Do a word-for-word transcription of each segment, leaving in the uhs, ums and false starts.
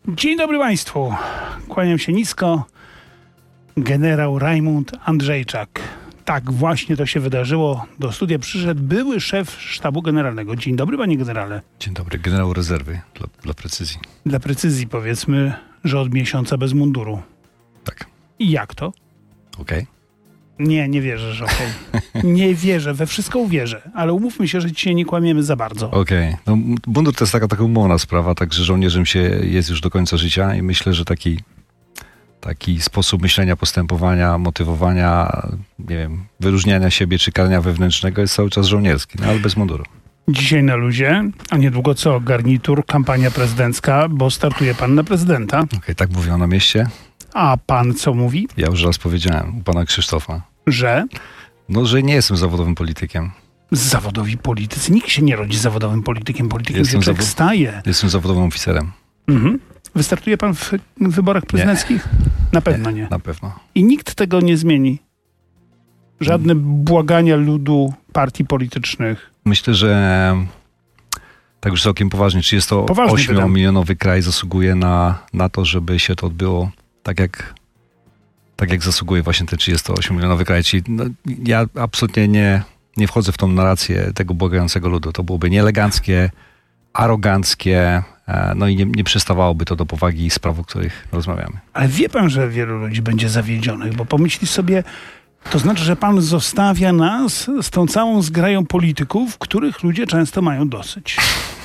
Dzień dobry Państwu. Kłaniam się nisko. Generał Rajmund Andrzejczak. Tak właśnie to się wydarzyło. Do studia przyszedł były szef sztabu generalnego. Dzień dobry, panie generale. Dzień dobry. Generał rezerwy, dla, dla precyzji. Dla precyzji powiedzmy, że od miesiąca bez munduru. Tak. I jak to? Okej. Okay. Nie, nie wierzę, że okej. Okay. Nie wierzę, we wszystko uwierzę. Ale umówmy się, że dzisiaj nie kłamiemy za bardzo. Okej. Okay. No, mundur to jest taka, taka umowna sprawa, także żołnierzem się jest już do końca życia i myślę, że taki, taki sposób myślenia, postępowania, motywowania, nie wiem, wyróżniania siebie czy karania wewnętrznego jest cały czas żołnierski, no, ale bez munduru. Dzisiaj na luzie, a niedługo co? Garnitur, kampania prezydencka, bo startuje pan na prezydenta. Okej, okay, tak mówią na mieście. A pan co mówi? Ja już raz powiedziałem u pana Krzysztofa. Że? No, że nie jestem zawodowym politykiem. Zawodowi politycy? Nikt się nie rodzi zawodowym politykiem. Politykiem jestem się człowiek zawo- staje. Jestem zawodowym oficerem. Mhm. Wystartuje pan w wyborach prezydenckich? Nie. Na pewno nie, nie. Na pewno. I nikt tego nie zmieni? Żadne hmm. błagania ludu, partii politycznych? Myślę, że tak już całkiem poważnie, czy jest to ośmiomilionowy kraj, zasługuje na, na to, żeby się to odbyło tak jak, tak jak zasługuje właśnie ten trzydziestoośmiomilionowy kraj. Czyli no, ja absolutnie nie, nie wchodzę w tą narrację tego błagającego ludu. To byłoby nieeleganckie, aroganckie, no i nie, nie przystawałoby to do powagi spraw, o których rozmawiamy. Ale wie pan, że wielu ludzi będzie zawiedzionych, bo pomyśli sobie, to znaczy, że pan zostawia nas z tą całą zgrają polityków, których ludzie często mają dosyć.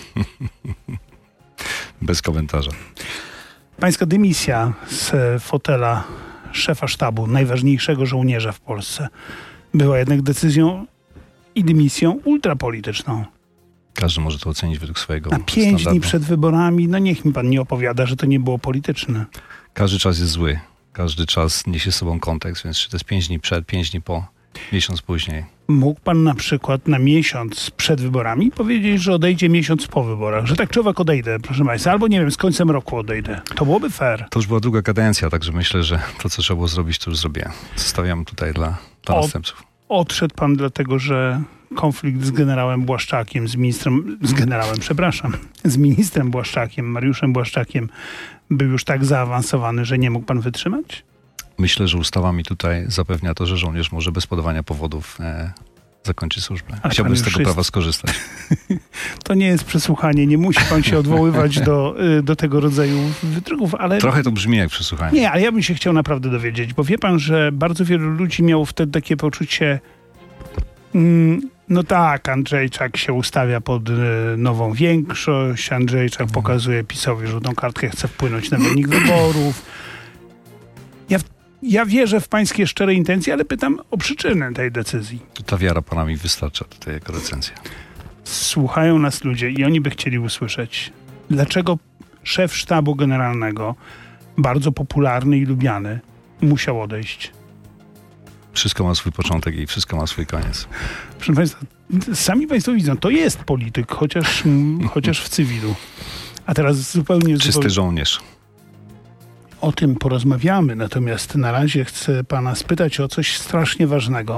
Bez komentarza. Pańska dymisja z fotela szefa sztabu, najważniejszego żołnierza w Polsce, była jednak decyzją i dymisją ultrapolityczną. Każdy może to ocenić według swojego Na pięć standardu. dni przed wyborami, no niech mi pan nie opowiada, że to nie było polityczne. Każdy czas jest zły. Każdy czas niesie z sobą kontekst, więc czy to jest pięć dni przed, pięć dni po, miesiąc później. Mógł pan na przykład na miesiąc przed wyborami powiedzieć, że odejdzie miesiąc po wyborach, że tak czy owak odejdę, proszę państwa, albo nie wiem, z końcem roku odejdę. To byłoby fair. To już była druga kadencja, także myślę, że to, co trzeba było zrobić, to już zrobiłem. Zostawiam tutaj dla, dla Od, następców. Odszedł pan dlatego, że konflikt z generałem Błaszczakiem, z ministrem, z generałem, przepraszam, z ministrem Błaszczakiem, Mariuszem Błaszczakiem był już tak zaawansowany, że nie mógł pan wytrzymać? Myślę, że ustawa mi tutaj zapewnia to, że żołnierz może bez podawania powodów e, zakończyć służbę. Ale chciałbym z tego jest... prawa skorzystać. To nie jest przesłuchanie, nie musi pan się odwoływać do, do tego rodzaju wytryków, ale... Trochę to brzmi jak przesłuchanie. Nie, ale ja bym się chciał naprawdę dowiedzieć, bo wie pan, że bardzo wielu ludzi miało wtedy takie poczucie, mm, no tak, Andrzejczak się ustawia pod y, nową większość, Andrzejczak hmm. pokazuje PiS-owi żółtą kartkę, chce wpłynąć na wynik wyborów. Ja, ja wierzę w pańskie szczere intencje, ale pytam o przyczynę tej decyzji. Ta wiara pana mi wystarcza tutaj jako recenzja. Słuchają nas ludzie i oni by chcieli usłyszeć, dlaczego szef sztabu generalnego, bardzo popularny i lubiany, musiał odejść. Wszystko ma swój początek i wszystko ma swój koniec. Proszę państwa, sami państwo widzą, to jest polityk, chociaż, chociaż w cywilu. A teraz zupełnie... Czysty zupełnie... żołnierz. O tym porozmawiamy, natomiast na razie chcę pana spytać o coś strasznie ważnego.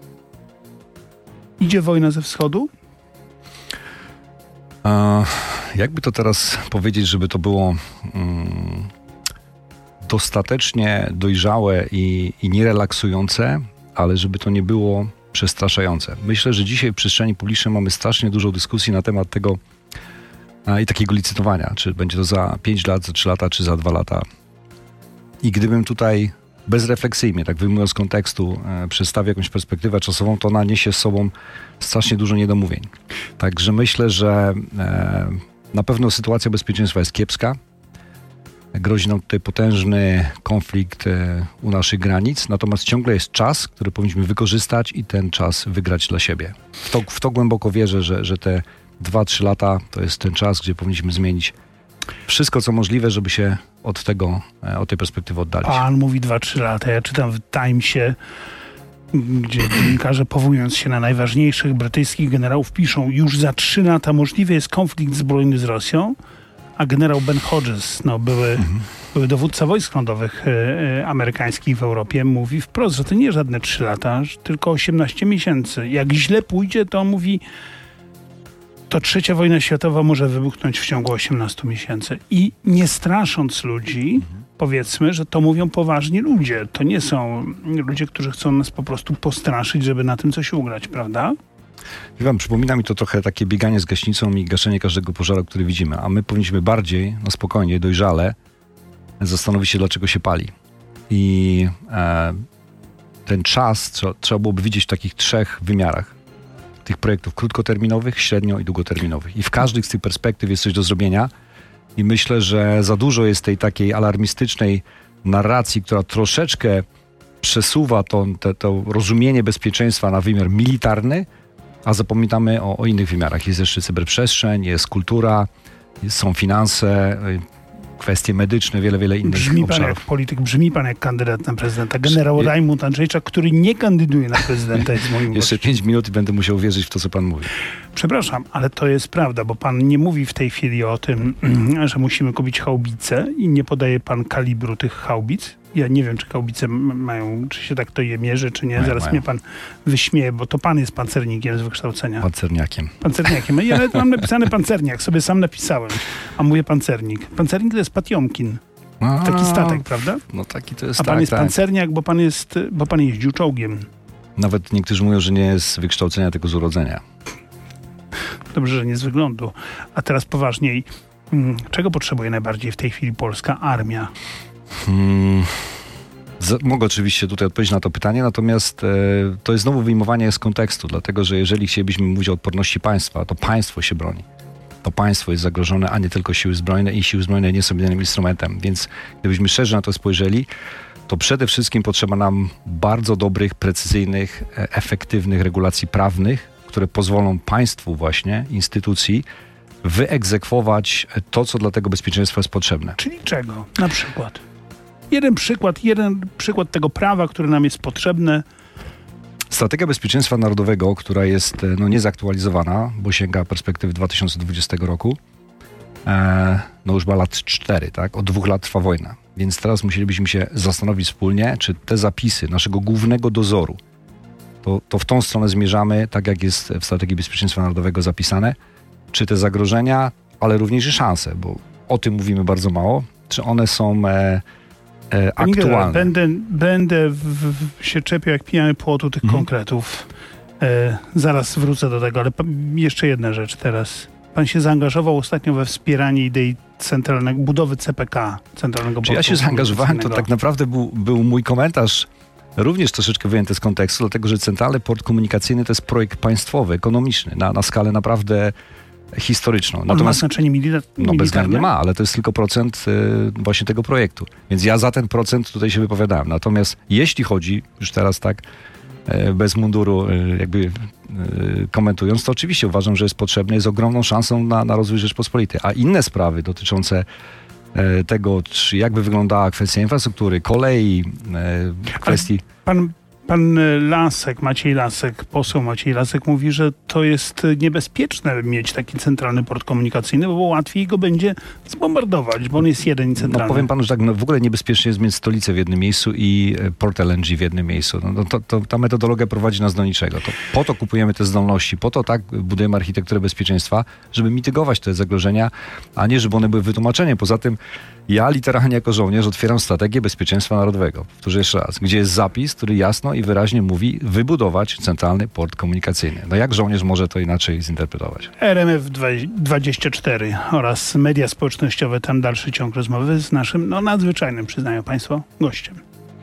Idzie wojna ze wschodu? A, jakby to teraz powiedzieć, żeby to było mm, dostatecznie dojrzałe i, i nierelaksujące, ale żeby to nie było przestraszające. Myślę, że dzisiaj w przestrzeni publicznej mamy strasznie dużo dyskusji na temat tego a, i takiego licytowania, czy będzie to za pięć lat, za trzy lata, czy za dwa lata. I gdybym tutaj bezrefleksyjnie, tak wyjmując z kontekstu, e, przedstawił jakąś perspektywę czasową, to ona niesie z sobą strasznie dużo niedomówień. Także myślę, że e, na pewno sytuacja bezpieczeństwa jest kiepska. Grozi nam tutaj potężny konflikt e, u naszych granic, natomiast ciągle jest czas, który powinniśmy wykorzystać i ten czas wygrać dla siebie. W to, w to głęboko wierzę, że, że te dwa trzy lata to jest ten czas, gdzie powinniśmy zmienić wszystko, co możliwe, żeby się od tego, od tej perspektywy oddalić. Pan mówi dwa trzy lata. Ja czytam w Timesie, gdzie dziennikarze, powołując się na najważniejszych brytyjskich generałów, piszą, już za trzy lata możliwy jest konflikt zbrojny z Rosją, a generał Ben Hodges, no, były, mhm. były dowódca wojsk lądowych e, amerykańskich w Europie, mówi wprost, że to nie żadne trzy lata, tylko osiemnaście miesięcy. Jak źle pójdzie, to mówi to trzecia wojna światowa może wybuchnąć w ciągu osiemnastu miesięcy. I nie strasząc ludzi, mhm. powiedzmy, że to mówią poważni ludzie. To nie są ludzie, którzy chcą nas po prostu postraszyć, żeby na tym coś ugrać, prawda? I wam przypomina mi to trochę takie bieganie z gaśnicą i gaszenie każdego pożaru, który widzimy. A my powinniśmy bardziej, no spokojnie, dojrzale zastanowić się, dlaczego się pali. I e, ten czas trzeba, trzeba byłoby widzieć w takich trzech wymiarach. Tych projektów krótkoterminowych, średnio i długoterminowych. I w każdej z tych perspektyw jest coś do zrobienia. I myślę, że za dużo jest tej takiej alarmistycznej narracji, która troszeczkę przesuwa to, to, to rozumienie bezpieczeństwa na wymiar militarny, a zapominamy o, o innych wymiarach. Jest jeszcze cyberprzestrzeń, jest kultura, jest, są finanse, kwestie medyczne, wiele, wiele innych brzmi obszarów. Pan jak polityk, brzmi pan jak kandydat na prezydenta. Generał Je... Rajmund Andrzejczak, który nie kandyduje na prezydenta, jest moim Jeszcze gościem. pięć minut i będę musiał wierzyć w to, co pan mówi. Przepraszam, ale to jest prawda, bo pan nie mówi w tej chwili o tym, że musimy kupić haubice i nie podaje pan kalibru tych haubic. Ja nie wiem, czy haubice mają, czy się tak to je mierzy, czy nie. Mają, Zaraz mają. Mnie pan wyśmieje, bo to pan jest pancernikiem z wykształcenia. Pancerniakiem. Pancerniakiem. Ja nawet mam napisane pancerniak, sobie sam napisałem, a mówię pancernik. Pancernik to jest Patiomkin. A, taki statek, prawda? No taki to jest A pan tak, jest tak. pancerniak, bo pan jest, bo pan jeździł czołgiem. Nawet niektórzy mówią, że nie jest z wykształcenia, tylko z urodzenia. Dobrze, że nie z wyglądu. A teraz poważniej. Czego potrzebuje najbardziej w tej chwili polska armia? Hmm. Z- mogę oczywiście tutaj odpowiedzieć na to pytanie, natomiast e, to jest znowu wyjmowanie z kontekstu, dlatego że jeżeli chcielibyśmy mówić o odporności państwa, to państwo się broni. To państwo jest zagrożone, a nie tylko siły zbrojne i siły zbrojne nie są jedynym instrumentem. Więc gdybyśmy szerzej na to spojrzeli, to przede wszystkim potrzeba nam bardzo dobrych, precyzyjnych, e- efektywnych regulacji prawnych, które pozwolą państwu właśnie, instytucji, wyegzekwować to, co dla tego bezpieczeństwa jest potrzebne. Czyli czego? Na przykład? Jeden przykład, jeden przykład tego prawa, które nam jest potrzebne. Strategia Bezpieczeństwa Narodowego, która jest no, niezaktualizowana, bo sięga perspektywy dwa tysiące dwudziestego roku, e, no już ma lat cztery, tak? Od dwóch lat trwa wojna. Więc teraz musielibyśmy się zastanowić wspólnie, czy te zapisy naszego głównego dozoru, to, to w tą stronę zmierzamy, tak jak jest w Strategii Bezpieczeństwa Narodowego zapisane, czy te zagrożenia, ale również i szanse, bo o tym mówimy bardzo mało, czy one są e, e, aktualne. Będę, będę w, w, się czepiał jak pijany płotu tych mhm. konkretów. E, zaraz wrócę do tego, ale pa, jeszcze jedna rzecz teraz. Pan się zaangażował ostatnio we wspieranie idei centralnego, budowy C P K, Centralnego Portu. Czy ja się zaangażowałem, to tak naprawdę był, był mój komentarz również troszeczkę wyjęty z kontekstu, dlatego że Centralny Port Komunikacyjny to jest projekt państwowy, ekonomiczny, na, na skalę naprawdę historyczną. On Natomiast, ma znaczenie milita- no bezwzględnie ma, ale to jest tylko procent y, właśnie tego projektu. Więc ja za ten procent tutaj się wypowiadałem. Natomiast jeśli chodzi, już teraz tak, y, bez munduru y, jakby y, komentując, to oczywiście uważam, że jest potrzebny, jest ogromną szansą na, na rozwój Rzeczpospolitej. A inne sprawy dotyczące y, tego, czy jakby wyglądała kwestia infrastruktury, kolei, y, kwestii... Pan Pan Lasek, Maciej Lasek, poseł Maciej Lasek mówi, że to jest niebezpieczne mieć taki centralny port komunikacyjny, bo łatwiej go będzie zbombardować, bo on jest jeden i centralny. No powiem panu, że tak, no w ogóle niebezpiecznie jest mieć stolicę w jednym miejscu i port L N G w jednym miejscu. No, no to, to, ta metodologia prowadzi nas do niczego. To po to kupujemy te zdolności, po to tak budujemy architekturę bezpieczeństwa, żeby mitygować te zagrożenia, a nie żeby one były wytłumaczeniem. Poza tym ja literalnie jako żołnierz otwieram strategię bezpieczeństwa narodowego. Powtórzę jeszcze raz, gdzie jest zapis, który jasno i wyraźnie mówi wybudować centralny port komunikacyjny. No jak żołnierz może to inaczej zinterpretować? R M F dwadzieścia cztery oraz media społecznościowe, tam dalszy ciąg rozmowy z naszym, no nadzwyczajnym, przyznają państwo, gościem.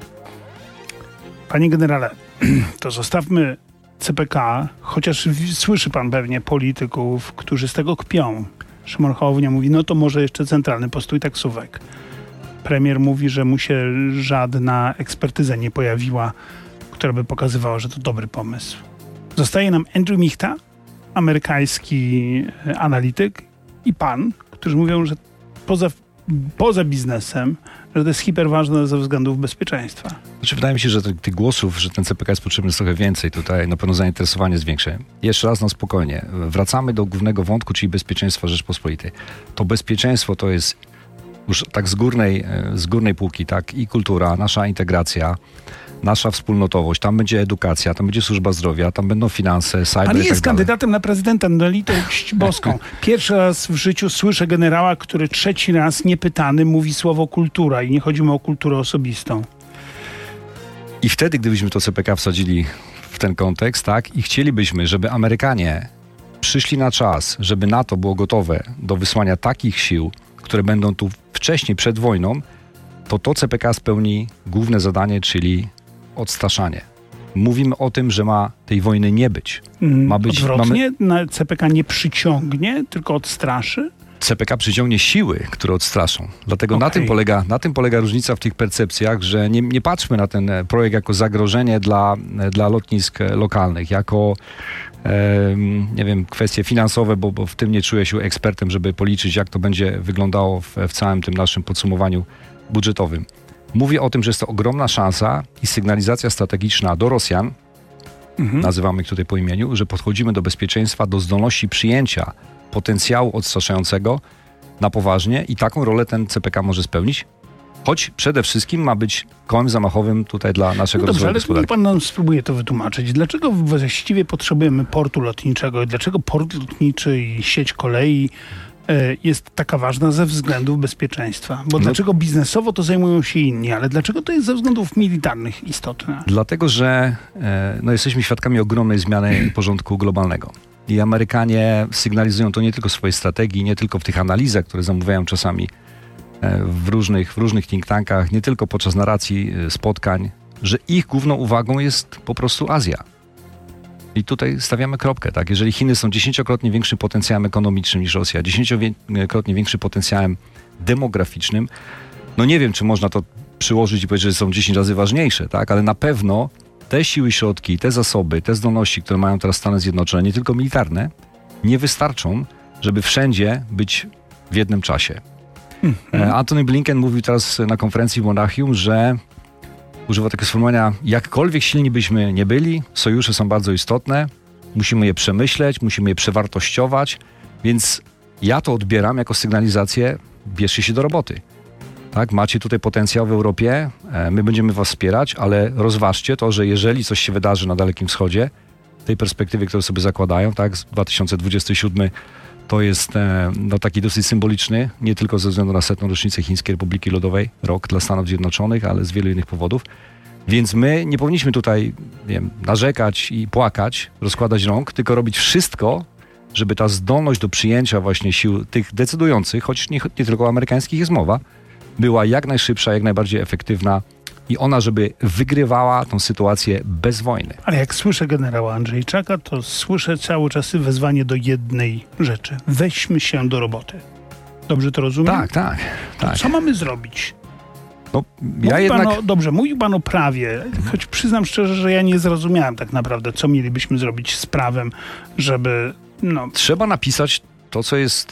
Panie generale, to zostawmy C P K, chociaż w, słyszy pan pewnie polityków, którzy z tego kpią. Szymon Hołownia mówi, no to może jeszcze centralny postój taksówek. Premier mówi, że mu się żadna ekspertyza nie pojawiła, która by pokazywała, że to dobry pomysł. Zostaje nam Andrew Michta, amerykański analityk, i pan, którzy mówią, że poza, poza biznesem, że to jest hiperważne ze względów bezpieczeństwa. Znaczy, wydaje mi się, że tych głosów, że ten C P K jest potrzebny jest trochę więcej. Tutaj na pewno zainteresowanie jest większe. Jeszcze raz na spokojnie. Wracamy do głównego wątku, czyli bezpieczeństwa Rzeczpospolitej. To bezpieczeństwo to jest już tak z górnej, z górnej półki, tak, i kultura, nasza integracja, nasza wspólnotowość, tam będzie edukacja, tam będzie służba zdrowia, tam będą finanse, cyber. Pan i tak jest dalej. kandydatem na prezydenta, na litość boską. Pierwszy raz w życiu słyszę generała, który trzeci raz niepytany mówi słowo kultura i nie chodzi mu o kulturę osobistą. I wtedy, gdybyśmy to C P K wsadzili w ten kontekst, tak, i chcielibyśmy, żeby Amerykanie przyszli na czas, żeby NATO było gotowe do wysłania takich sił, które będą tu wcześniej, przed wojną, to to C P K spełni główne zadanie, czyli odstraszanie. Mówimy o tym, że ma tej wojny nie być. Ma być Odwrotnie? Mamy... C P K nie przyciągnie, tylko odstraszy? C P K przyciągnie siły, które odstraszą. Dlatego okay. na, tym polega, na tym polega różnica w tych percepcjach, że nie, nie patrzmy na ten projekt jako zagrożenie dla, dla lotnisk lokalnych, jako e, nie wiem, kwestie finansowe, bo, bo w tym nie czuję się ekspertem, żeby policzyć, jak to będzie wyglądało w, w całym tym naszym podsumowaniu budżetowym. Mówię o tym, że jest to ogromna szansa i sygnalizacja strategiczna do Rosjan, mhm. nazywamy ich tutaj po imieniu, że podchodzimy do bezpieczeństwa, do zdolności przyjęcia potencjału odstraszającego na poważnie i taką rolę ten C P K może spełnić, choć przede wszystkim ma być kołem zamachowym tutaj dla naszego no dobrze, rozwoju gospodarki. Ale pan nam spróbuje to wytłumaczyć. Dlaczego właściwie potrzebujemy portu lotniczego? Dlaczego port lotniczy i sieć kolei jest taka ważna ze względów bezpieczeństwa? Bo no, dlaczego biznesowo to zajmują się inni, ale dlaczego to jest ze względów militarnych istotne? Dlatego, że no, jesteśmy świadkami ogromnej zmiany porządku globalnego. I Amerykanie sygnalizują to nie tylko w swojej strategii, nie tylko w tych analizach, które zamawiają czasami w różnych, w różnych think tankach, nie tylko podczas narracji spotkań, że ich główną uwagą jest po prostu Azja. I tutaj stawiamy kropkę, tak? Jeżeli Chiny są dziesięciokrotnie większym potencjałem ekonomicznym niż Rosja, dziesięciokrotnie większym potencjałem demograficznym, no nie wiem, czy można to przyłożyć i powiedzieć, że są dziesięć razy ważniejsze, tak? Ale na pewno te siły, środki, te zasoby, te zdolności, które mają teraz Stany Zjednoczone, nie tylko militarne, nie wystarczą, żeby wszędzie być w jednym czasie. Mhm. Antony Blinken mówił teraz na konferencji w Monachium, że używa takiego sformułowania, jakkolwiek silni byśmy nie byli, sojusze są bardzo istotne, musimy je przemyśleć, musimy je przewartościować, więc ja to odbieram jako sygnalizację, bierzcie się do roboty. Tak, macie tutaj potencjał w Europie, my będziemy was wspierać, ale rozważcie to, że jeżeli coś się wydarzy na Dalekim Wschodzie, w tej perspektywie, którą sobie zakładają, tak, dwa tysiące dwudziesty siódmy to jest no, taki dosyć symboliczny, nie tylko ze względu na setną rocznicę Chińskiej Republiki Ludowej, rok dla Stanów Zjednoczonych, ale z wielu innych powodów. Więc my nie powinniśmy tutaj, nie wiem, narzekać i płakać, rozkładać rąk, tylko robić wszystko, żeby ta zdolność do przyjęcia właśnie sił tych decydujących, choć nie, nie tylko o amerykańskich jest mowa, była jak najszybsza, jak najbardziej efektywna i ona, żeby wygrywała tą sytuację bez wojny. Ale jak słyszę generała Andrzejczaka, to słyszę cały czas wezwanie do jednej rzeczy. Weźmy się do roboty. Dobrze to rozumiem? Tak, tak. tak. Co mamy zrobić? No, ja jednak... pan o, dobrze, mówił pan o prawie, choć przyznam szczerze, że ja nie zrozumiałem tak naprawdę, co mielibyśmy zrobić z prawem, żeby... No... Trzeba napisać to, co jest e,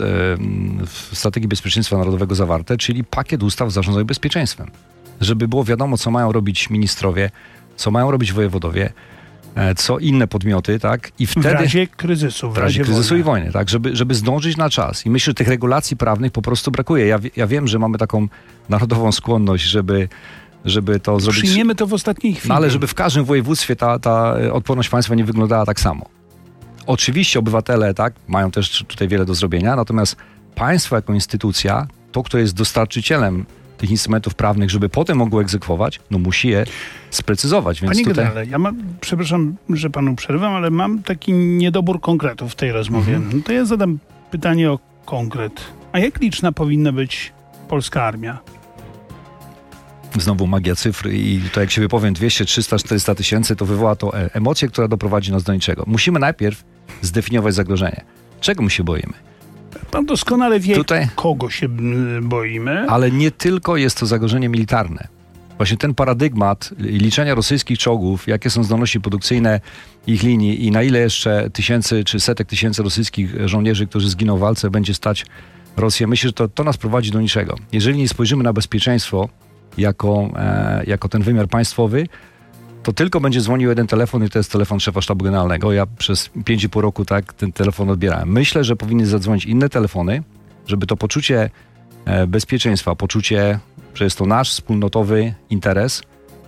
w strategii bezpieczeństwa narodowego zawarte, czyli pakiet ustaw o zarządzaniu bezpieczeństwem. Żeby było wiadomo, co mają robić ministrowie, co mają robić wojewodowie, e, co inne podmioty, tak? I wtedy, w razie kryzysu. W, w razie, razie kryzysu wojny. i wojny, tak? Żeby, żeby zdążyć na czas. I myślę, że tych regulacji prawnych po prostu brakuje. Ja, ja wiem, że mamy taką narodową skłonność, żeby, żeby to zrobić... Przyjmiemy to w ostatniej chwili. No, ale żeby w każdym województwie ta, ta odporność państwa nie wyglądała tak samo. Oczywiście obywatele, tak, mają też tutaj wiele do zrobienia, natomiast państwo jako instytucja, to, które jest dostarczycielem tych instrumentów prawnych, żeby potem mogło egzekwować, no musi je sprecyzować. Więc Panie tutaj... generale, ja mam, przepraszam, że panu przerywam, ale mam taki niedobór konkretów w tej rozmowie. Mhm. No to ja zadam pytanie o konkret. A jak liczna powinna być polska armia? Znowu magia cyfr i to jak się wypowiem dwieście, trzysta, czterysta tysięcy, to wywoła to emocję, która doprowadzi nas do niczego. Musimy najpierw zdefiniować zagrożenie. Czego my się boimy? Pan doskonale wie, Tutaj, kogo się boimy. Ale nie tylko jest to zagrożenie militarne. Właśnie ten paradygmat liczenia rosyjskich czołgów, jakie są zdolności produkcyjne ich linii i na ile jeszcze tysięcy czy setek tysięcy rosyjskich żołnierzy, którzy zginą w walce, będzie stać Rosję. Myślę, że to, to nas prowadzi do niczego. Jeżeli nie spojrzymy na bezpieczeństwo jako, e, jako ten wymiar państwowy, to tylko będzie dzwonił jeden telefon i to jest telefon szefa sztabu generalnego. Ja przez pięć i pół roku tak ten telefon odbierałem. Myślę, że powinny zadzwonić inne telefony, żeby to poczucie e, bezpieczeństwa, poczucie, że jest to nasz wspólnotowy interes,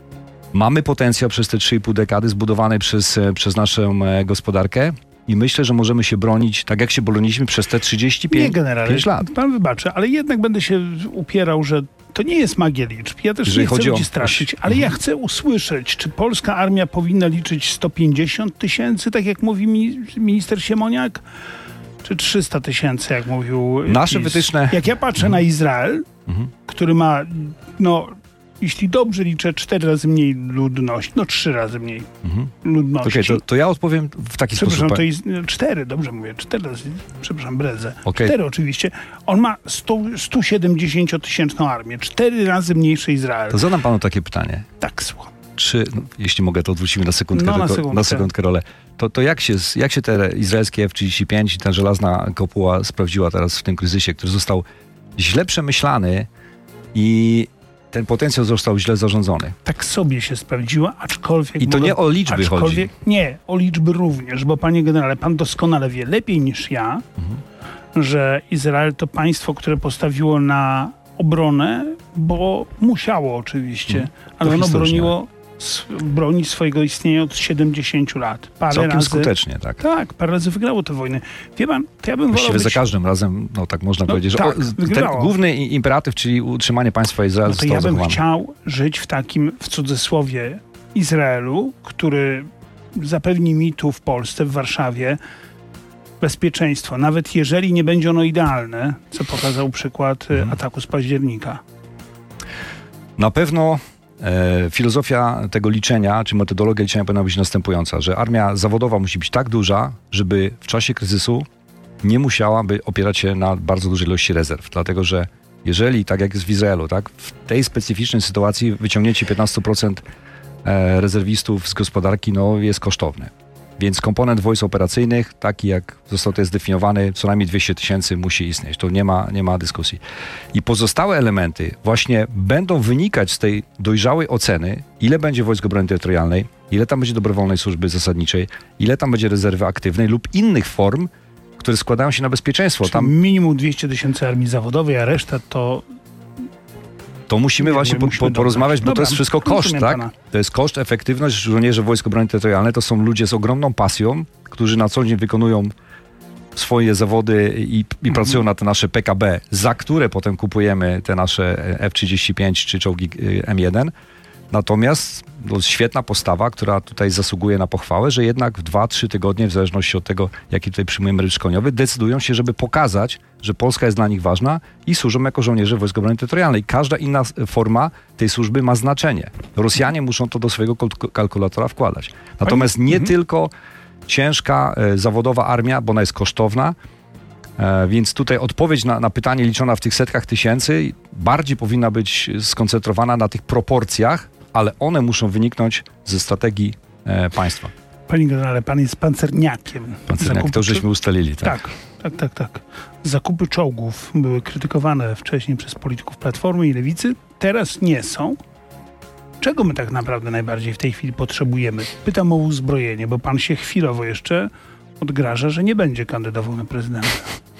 Mamy potencjał przez te trzy i pół dekady zbudowany przez, przez naszą gospodarkę i myślę, że możemy się bronić tak, jak się broniliśmy przez te trzydzieści pięć, nie, generalnie, pięć lat. Pan wybaczy, ale jednak będę się upierał, że to nie jest magia liczb. Ja też Jeżeli nie chcę chodzi ludzi o- straszyć, ale ja chcę usłyszeć, czy polska armia powinna liczyć sto pięćdziesiąt tysięcy, tak jak mówi mi, minister Siemoniak, czy trzysta tysięcy, jak mówił Nasze PiS. wytyczne... Jak ja patrzę na Izrael, Mhm. który ma, no, jeśli dobrze liczę, cztery razy mniej ludności, no trzy razy mniej Mhm. ludności. Okej, to, to ja odpowiem w taki Przepraszam, sposób. to jest cztery, dobrze mówię, cztery razy, przepraszam, bredzę. Okej. Cztery oczywiście. On ma sto siedemdziesięciotysięczną armię, cztery razy mniejszy Izrael. To zadam panu takie pytanie. Tak, słucham. Czy, no, jeśli mogę, to odwrócimy na sekundkę, No, na tylko, sekundkę. na sekundkę rolę. To, to jak, się, jak się te izraelskie F trzydzieści pięć i ta żelazna kopuła sprawdziła teraz w tym kryzysie, który został źle przemyślany i ten potencjał został źle zarządzony? Tak sobie się sprawdziła, aczkolwiek... I to mogę- nie o liczby aczkolwiek, Nie, o liczby również, bo panie generale, pan doskonale wie, lepiej niż ja, Mhm. że Izrael to państwo, które postawiło na obronę, bo musiało oczywiście, Mhm. ale To ono historycznie. broniło, s- broni swojego istnienia od siedemdziesięciu lat. Parę Całkiem razy, skutecznie, tak. Tak, parę razy wygrało tę wojnę. Wie pan, to ja bym wolał Właściwie być... za każdym razem, no tak można No powiedzieć, że tak, o, ten wygrało. główny i- imperatyw, czyli utrzymanie państwa Izrael No to został ja bym zachowany. chciał żyć w takim, w cudzysłowie, Izraelu, który zapewni mi tu w Polsce, w Warszawie, bezpieczeństwo. Nawet jeżeli nie będzie ono idealne, co pokazał przykład y, Mhm. ataku z października. Na pewno e, filozofia tego liczenia, czy metodologia liczenia powinna być następująca, że armia zawodowa musi być tak duża, żeby w czasie kryzysu nie musiałaby opierać się na bardzo dużej ilości rezerw. Dlatego, że jeżeli, tak jak jest w Izraelu, tak, w tej specyficznej sytuacji wyciągnięcie piętnaście procent e, rezerwistów z gospodarki no, jest kosztowne. Więc komponent wojsk operacyjnych, taki jak został to zdefiniowany, co najmniej dwieście tysięcy musi istnieć. To nie ma, nie ma dyskusji. I pozostałe elementy właśnie będą wynikać z tej dojrzałej oceny, ile będzie wojsk obrony terytorialnej, ile tam będzie dobrowolnej służby zasadniczej, ile tam będzie rezerwy aktywnej lub innych form, które składają się na bezpieczeństwo. Czyli Tam minimum dwieście tysięcy armii zawodowej, a reszta to... to musimy Nie, właśnie po, musimy po, porozmawiać, dodać. bo to Dobra, jest wszystko koszt, rozumiem tak? pana. To jest koszt, efektywność. Żołnierze Wojsk Obrony Terytorialnej to są ludzie z ogromną pasją, którzy na co dzień wykonują swoje zawody i, i Mhm. pracują na te nasze P K B, za które potem kupujemy te nasze F trzydzieści pięć czy czołgi y, M jeden. Natomiast no, świetna postawa, która tutaj zasługuje na pochwałę, że jednak w dwa trzy tygodnie, w zależności od tego, jaki tutaj przyjmujemy rycz szkoleniowy, decydują się, żeby pokazać, że Polska jest dla nich ważna i służą jako żołnierze Wojsk Obrony Terytorialnej. Każda inna forma tej służby ma znaczenie. Rosjanie muszą to do swojego kalk- kalkulatora wkładać. Natomiast nie Mhm. tylko ciężka, e, zawodowa armia, bo ona jest kosztowna, E, Więc tutaj odpowiedź na, na pytanie liczona w tych setkach tysięcy bardziej powinna być skoncentrowana na tych proporcjach, ale one muszą wyniknąć ze strategii e, państwa. Panie generale, pan jest pancerniakiem. Pancerniak, Zakupy to żeśmy czo- ustalili. Tak. Tak, tak, tak, tak. Zakupy czołgów były krytykowane wcześniej przez polityków Platformy i Lewicy, teraz nie są. Czego my tak naprawdę najbardziej w tej chwili potrzebujemy? Pytam o uzbrojenie, bo pan się chwilowo jeszcze odgraża, że nie będzie kandydował na prezydenta.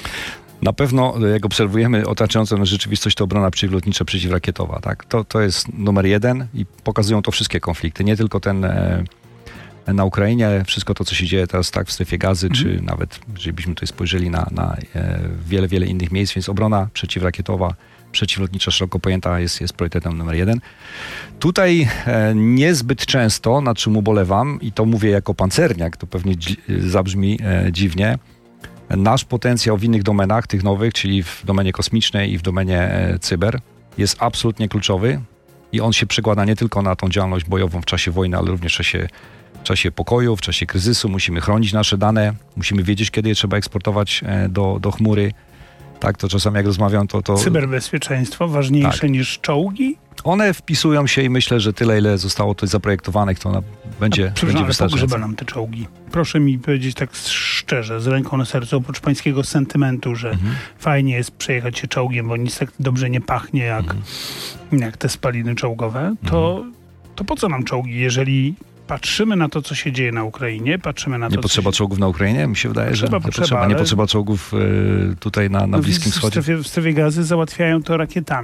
Na pewno, jak obserwujemy otaczającą nas rzeczywistość, to obrona przeciwlotnicza, przeciwrakietowa. Tak? To, to jest numer jeden i pokazują to wszystkie konflikty. Nie tylko ten e, na Ukrainie, wszystko to, co się dzieje teraz tak w strefie Gazy, Mhm. czy nawet, jeżeli byśmy tutaj spojrzeli na, na e, wiele, wiele innych miejsc, więc obrona przeciwrakietowa, przeciwlotnicza szeroko pojęta jest, jest priorytetem numer jeden. Tutaj e, niezbyt często, nad czym ubolewam, i to mówię jako pancerniak, to pewnie dzi- zabrzmi e, dziwnie, nasz potencjał w innych domenach, tych nowych, czyli w domenie kosmicznej i w domenie e, cyber, jest absolutnie kluczowy i on się przekłada nie tylko na tą działalność bojową w czasie wojny, ale również w czasie, w czasie pokoju, w czasie kryzysu. Musimy chronić nasze dane, musimy wiedzieć, kiedy je trzeba eksportować e, do, do chmury. Tak, to czasami jak rozmawiam, to... to Cyberbezpieczeństwo ważniejsze Tak. niż czołgi? one wpisują się i myślę, że tyle, ile zostało tutaj zaprojektowanych, to ona będzie, Przepraszam, będzie ale wystarczające. pogrzeba nam te czołgi. Proszę mi powiedzieć tak szczerze, z ręką na sercu, oprócz pańskiego sentymentu, że Mhm. fajnie jest przejechać się czołgiem, bo nic tak dobrze nie pachnie jak, Mhm. jak te spaliny czołgowe, to, to po co nam czołgi, jeżeli patrzymy na to, co się dzieje na Ukrainie, patrzymy na Nie to, potrzeba co się... czołgów na Ukrainie? Mi się wydaje, że Potrzeba, nie potrzeba, potrzeba. Nie ale- potrzeba czołgów y, tutaj na, na No, Bliskim w, Wschodzie. w, strefie, w strefie Gazy załatwiają to rakietami.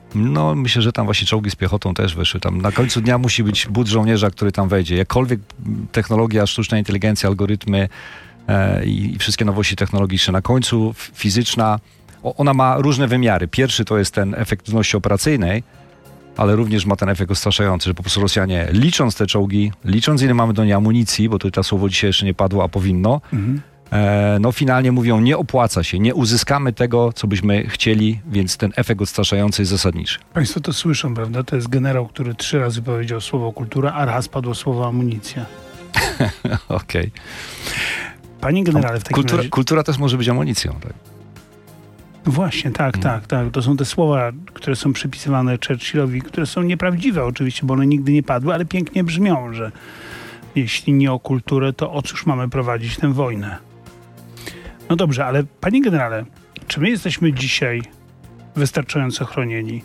No, myślę, że tam właśnie czołgi z piechotą też wyszły. Tam na końcu dnia musi być but żołnierza, który tam wejdzie. Jakkolwiek technologia, sztuczna inteligencja, algorytmy e, i, i wszystkie nowości technologiczne, na końcu fizyczna, o, ona ma różne wymiary. Pierwszy to jest ten efektywności operacyjnej, ale również ma ten efekt odstraszający, że po prostu Rosjanie, licząc te czołgi, licząc ile mamy do niej amunicji, bo to to słowo dzisiaj jeszcze nie padło, a powinno, mhm. e, no finalnie mówią, nie opłaca się, nie uzyskamy tego, co byśmy chcieli, więc ten efekt odstraszający jest zasadniczy. Państwo to słyszą, prawda? To jest generał, który trzy razy powiedział słowo kultura, a raz padło słowo amunicja. Okej. Okay. Panie generale, w takim kultura, razie... kultura też może być amunicją, tak? Właśnie, tak, hmm. tak, tak. To są te słowa, które są przypisywane Churchillowi, które są nieprawdziwe oczywiście, bo one nigdy nie padły, ale pięknie brzmią, że jeśli nie o kulturę, to o cóż mamy prowadzić tę wojnę? No dobrze, ale panie generale, czy my jesteśmy dzisiaj wystarczająco chronieni?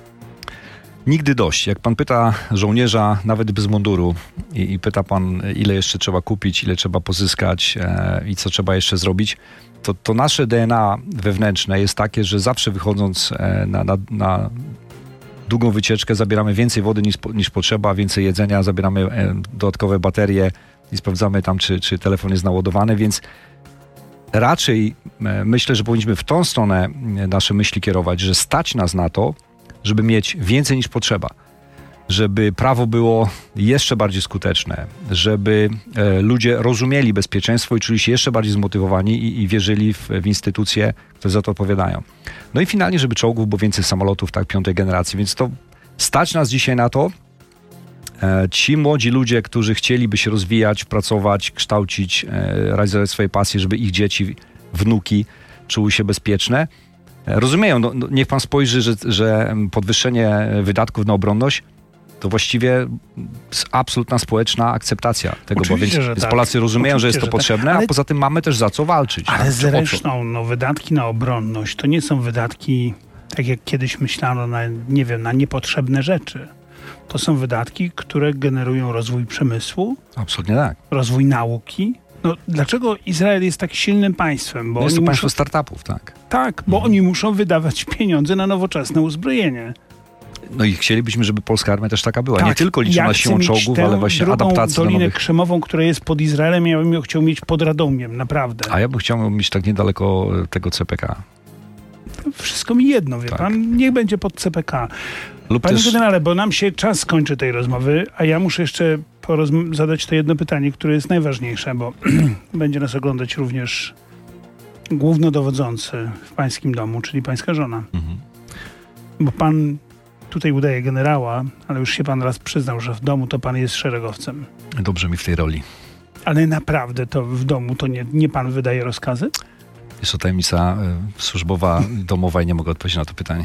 Nigdy dość. Jak pan pyta żołnierza, nawet bez munduru i, i pyta pan, ile jeszcze trzeba kupić, ile trzeba pozyskać e, i co trzeba jeszcze zrobić, to, to nasze D N A wewnętrzne jest takie, że zawsze wychodząc e, na, na, na długą wycieczkę zabieramy więcej wody niż, niż potrzeba, więcej jedzenia, zabieramy e, dodatkowe baterie i sprawdzamy tam, czy, czy telefon jest naładowany, więc raczej e, myślę, że powinniśmy w tą stronę nasze myśli kierować, że stać nas na to, żeby mieć więcej niż potrzeba, żeby prawo było jeszcze bardziej skuteczne, żeby e, ludzie rozumieli bezpieczeństwo i czuli się jeszcze bardziej zmotywowani i, i wierzyli w, w instytucje, które za to odpowiadają. No i finalnie, żeby czołgów było więcej samolotów, tak, piątej generacji, więc to stać nas dzisiaj na to. E, ci młodzi ludzie, którzy chcieliby się rozwijać, pracować, kształcić, e, realizować swoje pasje, żeby ich dzieci, wnuki czuły się bezpieczne, rozumieją, no, no, niech pan spojrzy, że, że podwyższenie wydatków na obronność to właściwie absolutna społeczna akceptacja tego, Oczywiście, bo więc, że więc tak. Polacy rozumieją, Oczywiście, że jest to że potrzebne, tak. Ale, a poza tym mamy też za co walczyć. Ale tak? zresztą no, wydatki na obronność to nie są wydatki, tak jak kiedyś myślano, na, nie wiem, na niepotrzebne rzeczy. To są wydatki, które generują rozwój przemysłu. Absolutnie tak. Rozwój nauki. No, dlaczego Izrael jest tak silnym państwem? Bo no jest to muszą... państwo startupów, tak. Tak, bo mhm. oni muszą wydawać pieniądze na nowoczesne uzbrojenie. No i chcielibyśmy, żeby polska armia też taka była. Tak, Nie tylko liczona ja siłą czołgów, ale właśnie adaptacją Dolinę do nowych... Krzemową, która jest pod Izraelem, ja bym ją chciał mieć pod Radomiem, naprawdę. A ja bym chciał mieć tak niedaleko tego C P K. Wszystko mi jedno, wie tak. pan, niech będzie pod C P K. Lub Panie też... generale, bo nam się czas skończy tej rozmowy, a ja muszę jeszcze porozm- zadać to jedno pytanie, które jest najważniejsze, bo będzie nas oglądać również głównodowodzący w pańskim domu, czyli pańska żona. Mhm. Bo pan tutaj udaje generała, ale już się pan raz przyznał, że w domu to pan jest szeregowcem. Dobrze mi w tej roli. Ale naprawdę to w domu to nie, nie pan wydaje rozkazy? Jest to tajemnica y, służbowa, domowa i nie mogę odpowiedzieć na to pytanie.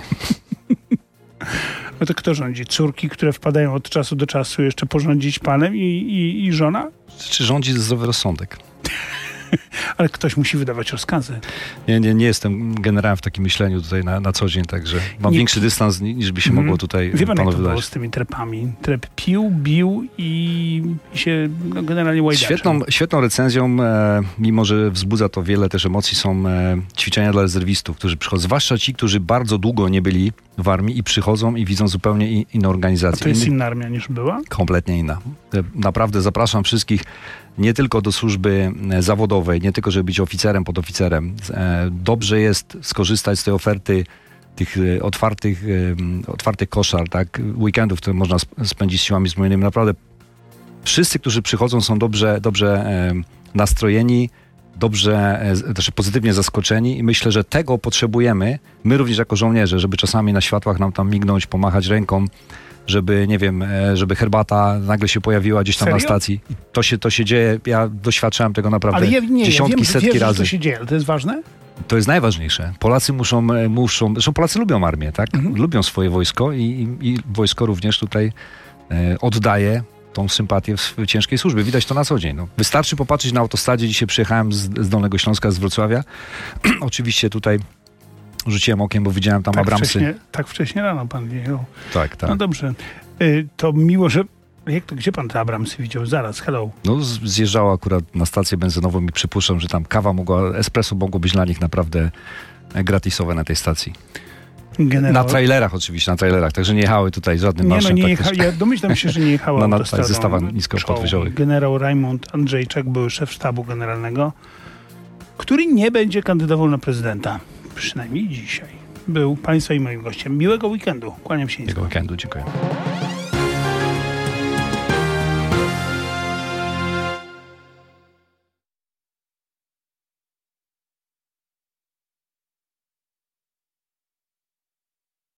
No to kto rządzi? Córki, które wpadają od czasu do czasu jeszcze porządzić panem i, i, i żona? Czy rządzi zdrowy rozsądek? Ale ktoś musi wydawać rozkazy. Nie, nie, nie jestem generałem w takim myśleniu tutaj na, na co dzień, także mam nie. większy dystans niż by się mm. mogło tutaj Wie pan, jak to wydać. było z tymi trepami? Trep pił, bił i, i się no, generalnie łajdaczył. Świetną, świetną recenzją, e, mimo że wzbudza to wiele też emocji, są e, ćwiczenia dla rezerwistów, którzy przychodzą, zwłaszcza ci, którzy bardzo długo nie byli w armii i przychodzą i widzą zupełnie in, inną organizację. A to jest inna armia niż była? Kompletnie inna. E, naprawdę zapraszam wszystkich nie tylko do służby zawodowej, nie tylko żeby być oficerem, podoficerem. E, dobrze jest skorzystać z tej oferty tych e, otwartych, e, otwartych koszar, tak, weekendów, które można spędzić z siłami zbrojnymi. Naprawdę wszyscy, którzy przychodzą, są dobrze, dobrze e, nastrojeni, dobrze, e, też pozytywnie zaskoczeni i myślę, że tego potrzebujemy, my również jako żołnierze, żeby czasami na światłach nam tam mignąć, pomachać ręką, żeby, nie wiem, żeby herbata nagle się pojawiła gdzieś tam Serio? na stacji. I to się, to się dzieje, ja doświadczałem tego naprawdę ale ja, nie, dziesiątki, ja wiem, setki wiesz, razy. Że to się dzieje, ale to jest ważne? To jest najważniejsze. Polacy muszą, muszą zresztą Polacy lubią armię, tak? Mhm. Lubią swoje wojsko i, i, i wojsko również tutaj e, oddaje tą sympatię w, w ciężkiej służbie. Widać to na co dzień. No. Wystarczy popatrzeć na autostradzie. Dzisiaj przyjechałem z, z Dolnego Śląska, z Wrocławia. Oczywiście tutaj rzuciłem okiem, bo widziałem tam tak Abramsy. Wcześnie, tak wcześnie rano pan wjechał. Tak, tak. No dobrze. Y, to miło, że... Jak to, gdzie pan te Abramsy widział? Zaraz, hello. No zjeżdżała akurat na stację benzynową i przypuszczam, że tam kawa mogła, espresso mogło być dla nich naprawdę gratisowe na tej stacji. Generał... Na trailerach oczywiście, na trailerach, także nie jechały tutaj żadnym Nie, no marszem. nie tak jecha... też- ja domyślam się, że nie jechała No, na autostradą zestawach niskopodwyżiowych. Generał Rajmund Andrzejczak, były szef sztabu generalnego, który nie będzie kandydował na prezydenta. Przynajmniej dzisiaj. Był Państwa i moim gościem. Miłego weekendu. Kłaniam się nisko. Miłego weekendu, dziękuję.